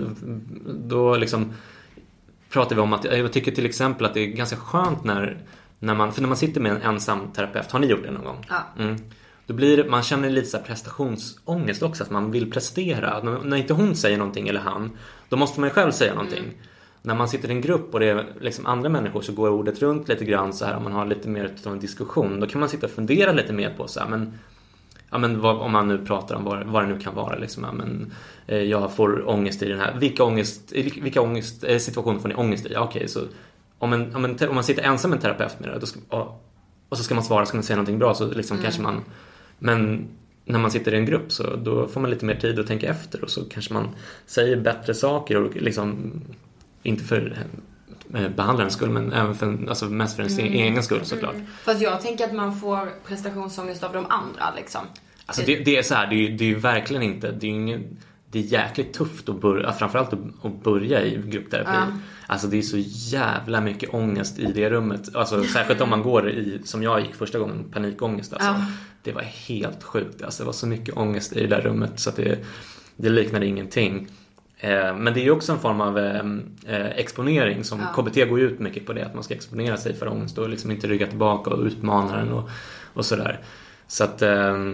Då liksom pratar vi om att jag tycker till exempel att det är ganska skönt när, när man, för när man sitter med en ensam terapeut. Har ni gjort det någon gång? Ja. Mm. Då blir det, man känner lite så här prestationsångest också, att man vill prestera. När, när inte hon säger någonting eller han, då måste man ju själv säga någonting. Mm. När man sitter i en grupp och det är liksom andra människor så går ordet runt lite grann så här, om man har lite mer av en diskussion. Då kan man sitta och fundera lite mer på så här, men, ja, men vad, om man nu pratar om vad, vad det nu kan vara liksom, ja, men, eh, jag får ångest i den här. Vilka, ångest, vilka ångest, eh, situationer får ni ångest i? Ja, okej, så om, en, om, en, om man sitter ensam med en terapeut med det, då ska, och, och så ska man svara, ska man säga någonting bra, så liksom mm. kanske man... Men när man sitter i en grupp så då får man lite mer tid att tänka efter, och så kanske man säger bättre saker och liksom, inte för behandlarens skull men även för, alltså mest för ens mm. egen skull såklart. Mm. Fast jag tänker att man får prestationsångest av de andra liksom. Alltså det, det är så här, det är ju, det är ju verkligen inte, det är ju ingen, det är jäkligt tufft att börja, framförallt att börja i gruppterapi. Ja. Alltså det är så jävla mycket ångest i det rummet. Alltså särskilt om man går i, som jag gick första gången, panikångest. Alltså. Ja. Det var helt sjukt. Alltså det var så mycket ångest i det där rummet så att det, det liknade ingenting. Eh, men det är ju också en form av eh, exponering som ja. K B T går ut mycket på det. Att man ska exponera sig för ångest och liksom inte rygga tillbaka och utmana den och, och sådär. Så att... Eh,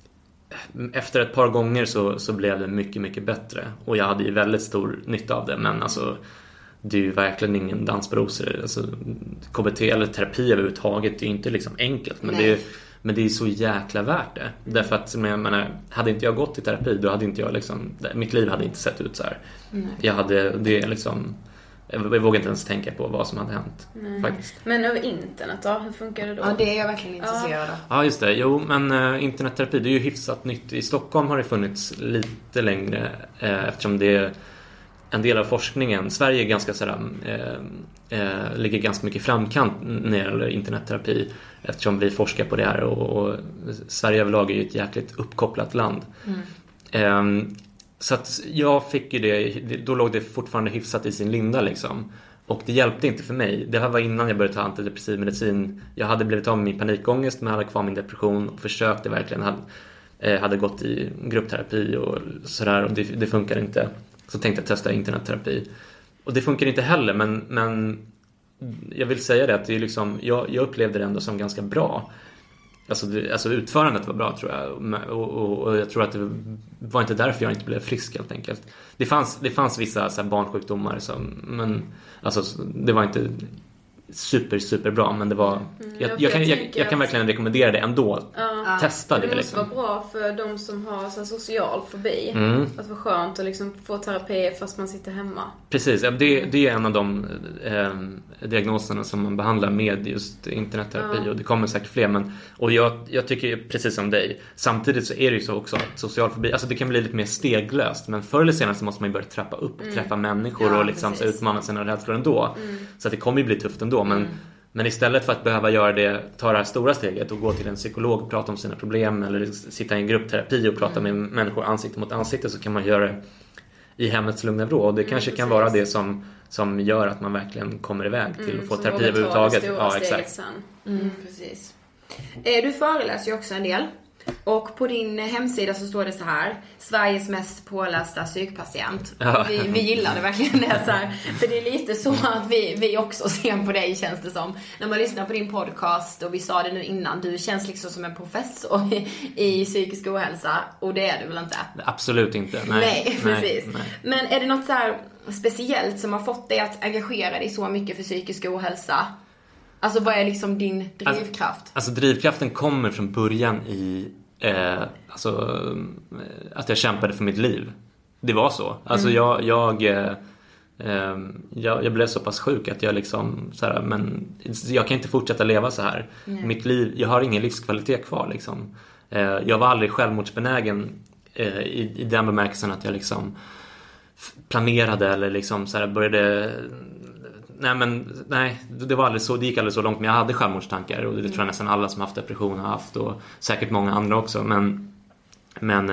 efter ett par gånger så, så blev det mycket, mycket bättre. Och jag hade ju väldigt stor nytta av det. Men alltså, det är ju verkligen ingen dans på rosor. Alltså, K B T eller terapi överhuvudtaget är ju inte liksom enkelt. Men det, är, men det är så jäkla värt det. Därför att, jag menar, hade inte jag gått i terapi, då hade inte jag liksom... Mitt liv hade inte sett ut så här. Nej. Jag hade, det är liksom... Jag vågar inte ens tänka på vad som hade hänt. Nej. Faktiskt. Men över internet då? Hur funkar det då? Ja, det är jag verkligen intresserad av. Ja, just det. Jo, men uh, internetterapi, det är ju hyfsat nytt. I Stockholm har det funnits lite längre uh, eftersom det är en del av forskningen. Sverige är ganska sådär, uh, uh, ligger ganska mycket framkant när det gäller internetterapi eftersom vi forskar på det här och, och Sverige överlag är ju ett jäkligt uppkopplat land. Mm. Um, Så att jag fick ju det, då låg det fortfarande hyfsat i sin linda liksom. Och det hjälpte inte för mig. Det här var innan jag började ta antidepressiv medicin. Jag hade blivit av med min panikångest men hade kvar min depression och försökte verkligen. Hade, hade gått i gruppterapi och sådär och det, det funkar inte. Så tänkte jag testa internetterapi. Och det funkar inte heller men, men jag vill säga det att det är liksom, jag, jag upplevde det ändå som ganska bra. Alltså, det, alltså utförandet var bra tror jag och, och, och jag tror att det var inte därför jag inte blev frisk helt enkelt. Det fanns, det fanns vissa så här, barnsjukdomar som, men alltså, det var inte super super bra men det var mm, jag, jag, jag, kan, jag, jag kan verkligen rekommendera det ändå. Ja, testa det. Det måste liksom. vara bra för de som har så här, social fobi. Mm. Att vara skönt att liksom få terapi fast man sitter hemma. Precis, det, det är en av de eh, diagnoserna som man behandlar med just internetterapi ja. Och det kommer säkert fler men, och jag, jag tycker precis som dig samtidigt så är det ju så också att social fobi, alltså det kan bli lite mer steglöst men förr eller senare så måste man ju börja trappa upp och mm. träffa människor ja, och liksom så utmana sina rädslor ändå mm. så att det kommer ju bli tufft ändå men, mm. men istället för att behöva göra det, ta det här stora steget och gå till en psykolog och prata om sina problem eller sitta i en gruppterapi och prata mm. med människor ansikte mot ansikte så kan man göra det i hemmets lugna vrå och det mm, kanske precis. Kan vara det som, som gör att man verkligen kommer iväg till mm, att få terapi överhuvudtaget. Ja, exakt. Mm, precis. Du föreläser ju också en del. Och på din hemsida så står det så här: Sveriges mest pålästa psykpatient. Ja. Vi, vi gillar det verkligen det så här. För det är lite så att vi, vi också ser på dig känns det som. När man lyssnar på din podcast och vi sa det nu innan, du känns liksom som en professor i, i psykisk ohälsa. Och det är du väl inte? Absolut inte. Nej, nej precis. Nej, nej. Men är det något så här speciellt som har fått dig att engagera dig så mycket för psykisk ohälsa? Alltså vad är liksom din drivkraft? Alltså, alltså drivkraften kommer från början i eh, alltså, att jag kämpade för mitt liv. Det var så. Alltså mm. jag, jag, eh, jag, jag blev så pass sjuk att jag liksom så här, men jag kan inte fortsätta leva så här. Mm. Mitt liv, jag har ingen livskvalitet kvar liksom. Eh, jag var aldrig självmordsbenägen eh, i, i den bemärkelsen att jag liksom planerade eller liksom så här började... Nej, men nej, det var aldrig så, det gick aldrig så långt, men jag hade självmordstankar och det tror jag nästan alla som haft depression har haft och säkert många andra också, men men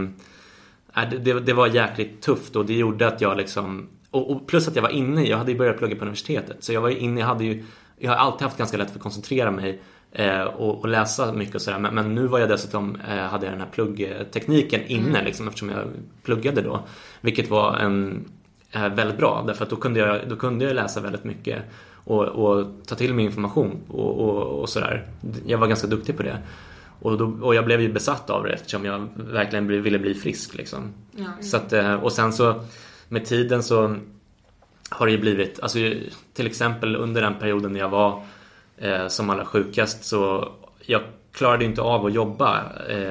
äh, det, det var jäkligt tufft och det gjorde att jag liksom, och, och plus att jag var inne, jag hade ju börjat plugga på universitetet, så jag var inne, jag hade ju, jag har alltid haft ganska lätt för att koncentrera mig eh, och, och läsa mycket och sådär, men, men nu var jag dessutom, eh, hade jag den här pluggtekniken inne mm. liksom, eftersom jag pluggade då, vilket var en väldigt bra, därför att då kunde jag, då kunde jag läsa väldigt mycket och, och ta till mig information och, och, och sådär. Jag var ganska duktig på det och, då, och jag blev ju besatt av det eftersom jag verkligen ville bli frisk liksom. Ja. Så att, och sen så med tiden så har det ju blivit, alltså till exempel under den perioden när jag var eh, som allra sjukast, så jag klarade inte av att jobba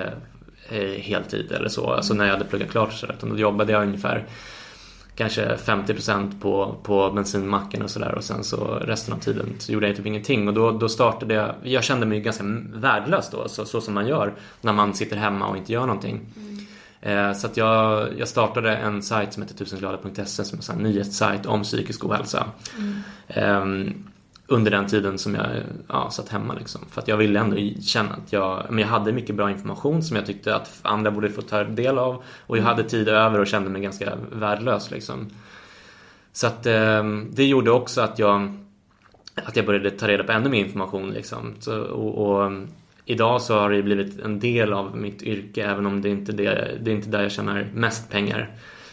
eh, heltid eller så, alltså när jag hade pluggat klart så där, utan då jobbade jag ungefär kanske femtio procent på, på bensinmacken och sådär, och sen så resten av tiden så gjorde jag typ ingenting, och då, då startade jag, jag kände mig ganska värdelös då, så, så som man gör när man sitter hemma och inte gör någonting. Mm. eh, så att jag, jag startade en sajt som heter tusenglada punkt se som är en nyhetssajt om psykisk ohälsa. Mm. eh, under den tiden som jag ja, satt hemma liksom. För att jag ville ändå känna att jag, men jag hade mycket bra information som jag tyckte att andra borde få ta del av. Och jag hade tid över och kände mig ganska värdelös liksom. Så att eh, det gjorde också att jag, att jag började ta reda på ännu mer information liksom. Så, och, och idag så har det blivit en del av mitt yrke, även om det inte det, det är inte där jag tjänar mest pengar.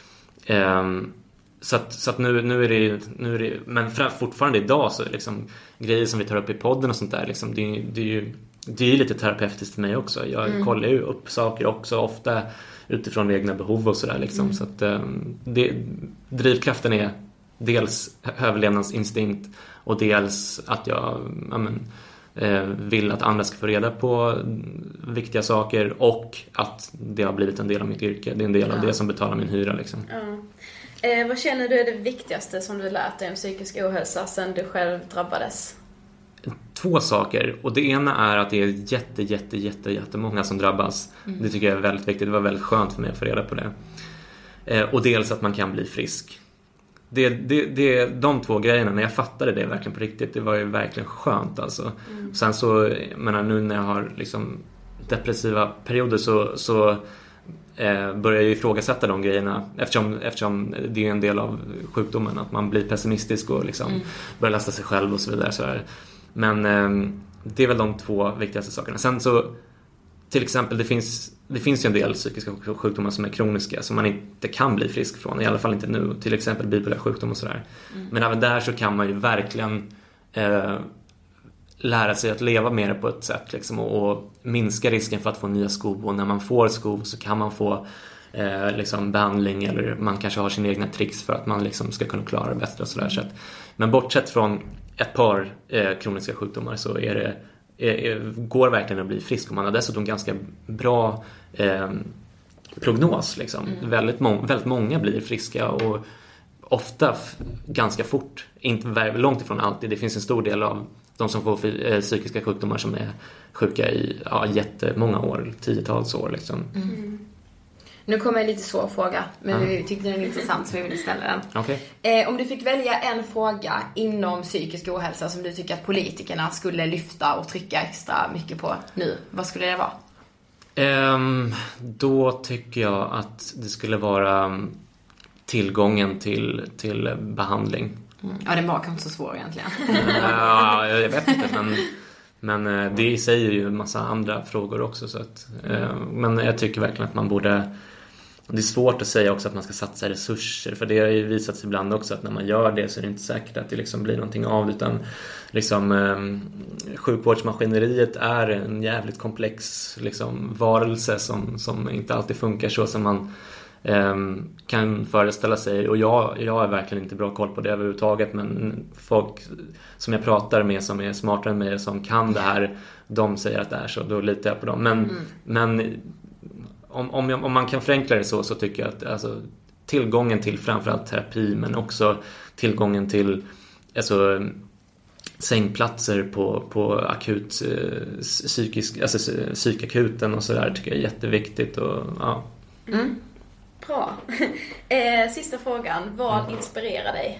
Eh, Så att, så att nu, nu, är det, nu är det, men fortfarande idag så är liksom grejer som vi tar upp i podden och sånt där liksom, det, det är ju det är lite terapeutiskt för mig också. Jag mm. kollar ju upp saker också, ofta utifrån egna behov och sådär liksom. Mm. Så att det, drivkraften är dels överlevnadsinstinkt och dels att jag ja, men, vill att andra ska få reda på viktiga saker, och att det har blivit en del av mitt yrke. Det är en del av ja. det som betalar min hyra liksom. Ja. Eh, vad känner du är det viktigaste som du lärt dig om psykisk ohälsa sedan du själv drabbades? Två saker, och det ena är att det är jätte, jätte, jätte, jättemånga som drabbas. Mm. Det tycker jag är väldigt viktigt, det var väldigt skönt för mig att få reda på det. Eh, och dels att man kan bli frisk. Det, det, det, de två grejerna, när jag fattade det verkligen på riktigt, det var ju verkligen skönt alltså. Mm. Sen så, menar nu när jag har liksom depressiva perioder så... så Eh, börjar ju ifrågasätta de grejerna eftersom, eftersom det är en del av sjukdomen att man blir pessimistisk och liksom mm. börjar lasta sig själv och så vidare så där. Men eh, det är väl de två viktigaste sakerna. Sen så till exempel det finns, det finns ju en del psykiska sjukdomar som är kroniska som man inte kan bli frisk från, i alla fall inte nu, till exempel bipolär sjukdom och sådär. Mm. Men även där så kan man ju verkligen eh, lära sig att leva med det på ett sätt liksom, och, och minska risken för att få nya skov, och när man får skov så kan man få eh, liksom behandling, eller man kanske har sina egna tricks för att man liksom ska kunna klara det bättre och sådär. Så att, men bortsett från ett par eh, kroniska sjukdomar så är det, är, går verkligen att bli frisk, och man har dessutom ganska bra eh, prognos liksom. Mm. väldigt, må- väldigt många blir friska och ofta f- ganska fort, inte långt ifrån alltid. Det finns en stor del av de som får eh, psykiska sjukdomar som är sjuka i ja, jättemånga år, tiotals år liksom. Mm. Nu kommer en lite svår fråga, men mm. vi tyckte den är intressant så vi vill ställa den. Okay. Eh, om du fick välja en fråga inom psykisk ohälsa som du tycker att politikerna skulle lyfta och trycka extra mycket på nu, vad skulle det vara? Um, då tycker jag att det skulle vara tillgången till, till behandling. Mm. Ja, den var kanske så svår egentligen. Ja, jag vet inte, men, men det säger ju en massa andra frågor också. Så att, mm. Men jag tycker verkligen att man borde... Det är svårt att säga också att man ska satsa resurser, för det har ju visat sig ibland också att när man gör det så är det inte säkert att det liksom blir någonting av det, utan liksom, eh, sjukvårdsmaskineriet är en jävligt komplex liksom, varelse som, som inte alltid funkar så som man kan föreställa sig, och jag, jag är verkligen inte bra koll på det överhuvudtaget, men folk som jag pratar med som är smartare än mig, som kan det här, de säger att det är så, då litar jag på dem. Men, mm. men om, om, jag, om man kan förenkla det så, så tycker jag att alltså, tillgången till framförallt terapi, men också tillgången till alltså, sängplatser på, på akut psykisk, alltså psykakuten och sådär, tycker jag är jätteviktigt. Och, ja. Mm. Bra. eh, sista frågan. Vad inspirerar dig?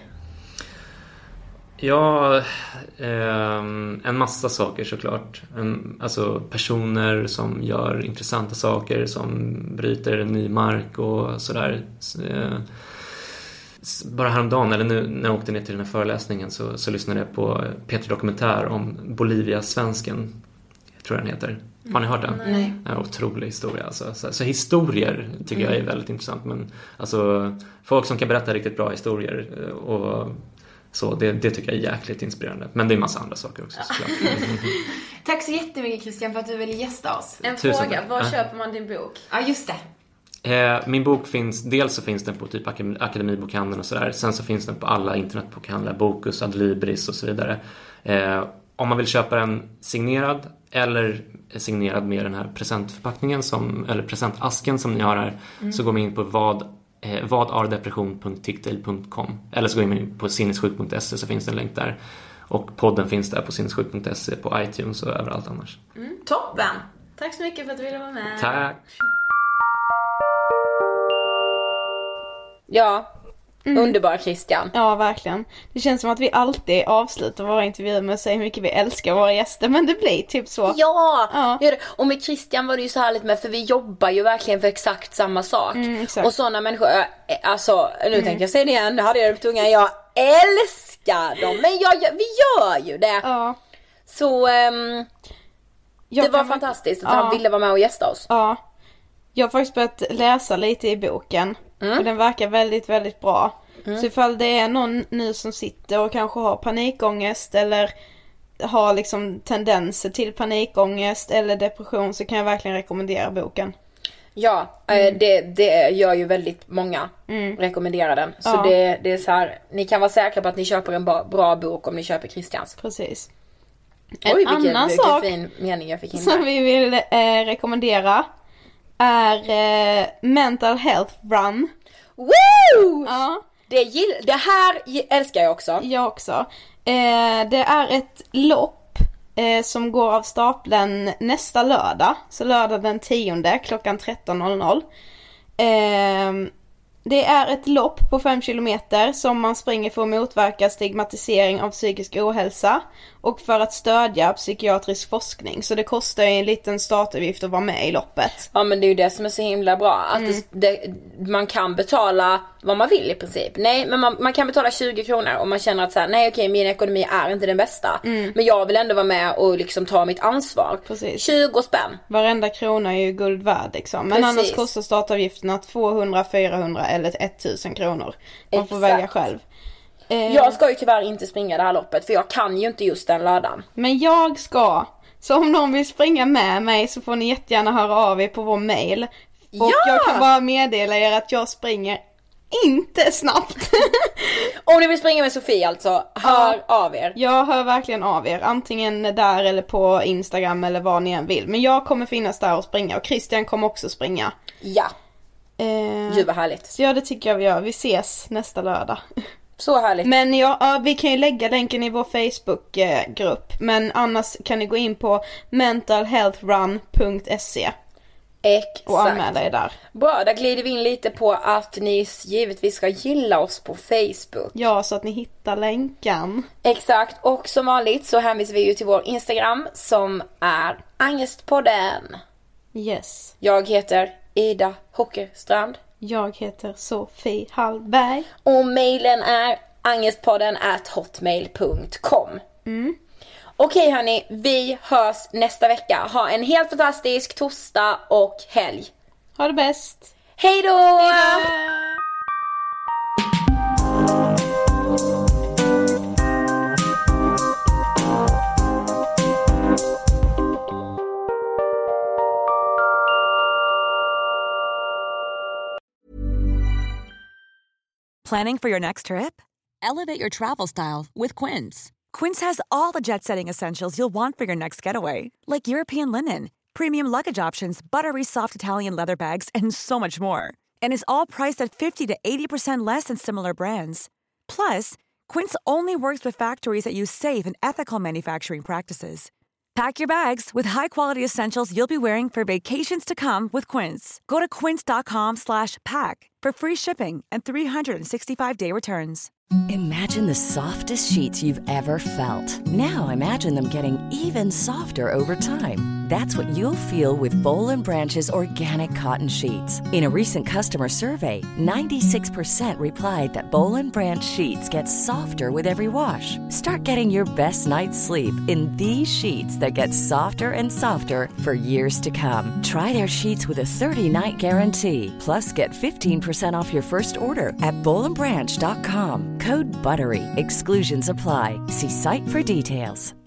Ja, eh, en massa saker såklart. En, alltså personer som gör intressanta saker, som bryter ny mark och sådär. Eh, bara häromdagen, eller nu när jag åkte ner till den här föreläsningen så, så lyssnade jag på Peter Dokumentär om Bolivia-svensken, tror jag den heter. Har ni hört den? Nej. En otrolig historia. Alltså. Så, så historier tycker mm. jag är väldigt intressant. Men alltså, folk som kan berätta riktigt bra historier och så, det, det tycker jag är jäkligt inspirerande. Men det är en massa andra saker också såklart. Mm. Tack så jättemycket Christian för att du ville gästa oss. En Tusen fråga, tack. var Ja. köper man din bok? Ja, just det. Min bok finns, dels så finns den på typ Akademibokhandeln och sådär. Sen så finns den på alla internetbokhandlar, Bokus, Adlibris och så vidare. Eh, om man vill köpa den signerad eller signerad med den här presentförpackningen som, eller presentasken som ni har här, mm. så går man in på vad, eh, vadardepression punkt ticktail punkt com eller så går man in på sinnessjuk punkt se så finns det en länk där. Och podden finns där på sinnessjuk punkt se, på iTunes och överallt annars. Mm. Toppen! Tack så mycket för att du ville vara med. Tack! Ja, Mm. underbar Christian. Ja, verkligen. Det känns som att vi alltid avslutar våra intervjuer med att säga hur mycket vi älskar våra gäster, men det blir typ så. Ja, ja. Gör det. Och med Christian var det ju så härligt med, för vi jobbar ju verkligen för exakt samma sak. Mm, exakt. Och sådana människor, alltså nu mm. tänkte jag säga det igen, nu hade jag det på tungan, jag älskar dem, men jag, jag, vi gör ju det. Ja. Så um, det var fantastiskt att ja. han ville vara med och gästa oss. Ja, jag har faktiskt börjat läsa lite i boken. Mm. Och den verkar väldigt, väldigt bra. Mm. Så ifall det är någon nu som sitter och kanske har panikångest eller har liksom tendenser till panikångest eller depression, så kan jag verkligen rekommendera boken. Ja, mm. det, det gör ju väldigt många. Mm. Rekommenderar den. Så ja. det, det är så här, ni kan vara säkra på att ni köper en bra, bra bok om ni köper Christians. Precis. En Oj, vilken, annan vilken sak fin mening jag fick in som vi vill eh, rekommendera är eh, Mental Health Run. Woo! Ja. Det, gill, det här älskar jag också. Jag också. Eh, det är ett lopp eh, som går av stapeln nästa lördag. Så lördag den tionde klockan tretton noll noll. Eh, det är ett lopp på fem kilometer som man springer för att motverka stigmatisering av psykisk ohälsa och för att stödja psykiatrisk forskning. Så det kostar ju en liten startavgift att vara med i loppet. Ja, men det är ju det som är så himla bra. Att mm. det, det, man kan betala vad man vill i princip. Nej, men man, man kan betala tjugo kronor om man känner att så här, nej okej, min ekonomi är inte den bästa. Mm. Men jag vill ändå vara med och liksom ta mitt ansvar. Precis. tjugo spänn. Varenda krona är ju guld värd liksom. Men Precis. Annars kostar startavgifterna tvåhundra, fyrahundra eller tusen kronor. Man Exakt. Får välja själv. Jag ska ju tyvärr inte springa det här loppet, för jag kan ju inte just den lördagen. Men jag ska. Så om någon vill springa med mig så får ni jättegärna höra av er på vår mail. Och ja! Jag kan bara meddela er att jag springer inte snabbt. Om ni vill springa med Sofie alltså, hör ja, av er. Jag hör verkligen av er. Antingen där eller på Instagram eller vad ni än vill. Men jag kommer finnas där och springa. Och Christian kommer också springa. Ja. Eh, Gud vad härligt. Så ja, det tycker jag vi gör. Vi ses nästa lördag. Så härligt. Men ja, ja, vi kan ju lägga länken i vår Facebookgrupp. Men annars kan ni gå in på mental health run punkt se. Exakt. Och anmäla er där. Bra, där glider vi in lite på att ni givetvis ska gilla oss på Facebook. Ja, så att ni hittar länken. Exakt, och som vanligt så hänvisar vi ju till vår Instagram som är Angestpodden. Yes. Jag heter Ida Hockerstrand. Jag heter Sofie Hallberg. Och mailen är angestpodden at hotmail punkt com. Mm. Okej hörni, vi hörs nästa vecka. Ha en helt fantastisk torsdag och helg. Ha det bäst. Hej då! Hej då! Planning for your next trip? Elevate your travel style with Quince. Quince has all the jet-setting essentials you'll want for your next getaway, like European linen, premium luggage options, buttery soft Italian leather bags, and so much more. And is all priced at fifty to eighty percent less than similar brands. Plus, Quince only works with factories that use safe and ethical manufacturing practices. Pack your bags with high-quality essentials you'll be wearing for vacations to come with Quince. Go to quince.com slash pack for free shipping and three sixty-five day returns. Imagine the softest sheets you've ever felt. Now imagine them getting even softer over time. That's what you'll feel with Boll and Branch's organic cotton sheets. In a recent customer survey, ninety-six percent replied that Boll and Branch sheets get softer with every wash. Start getting your best night's sleep in these sheets that get softer and softer for years to come. Try their sheets with a thirty-night guarantee. Plus, get fifteen percent off your first order at boll and branch dot com. Code BUTTERY. Exclusions apply. See site for details.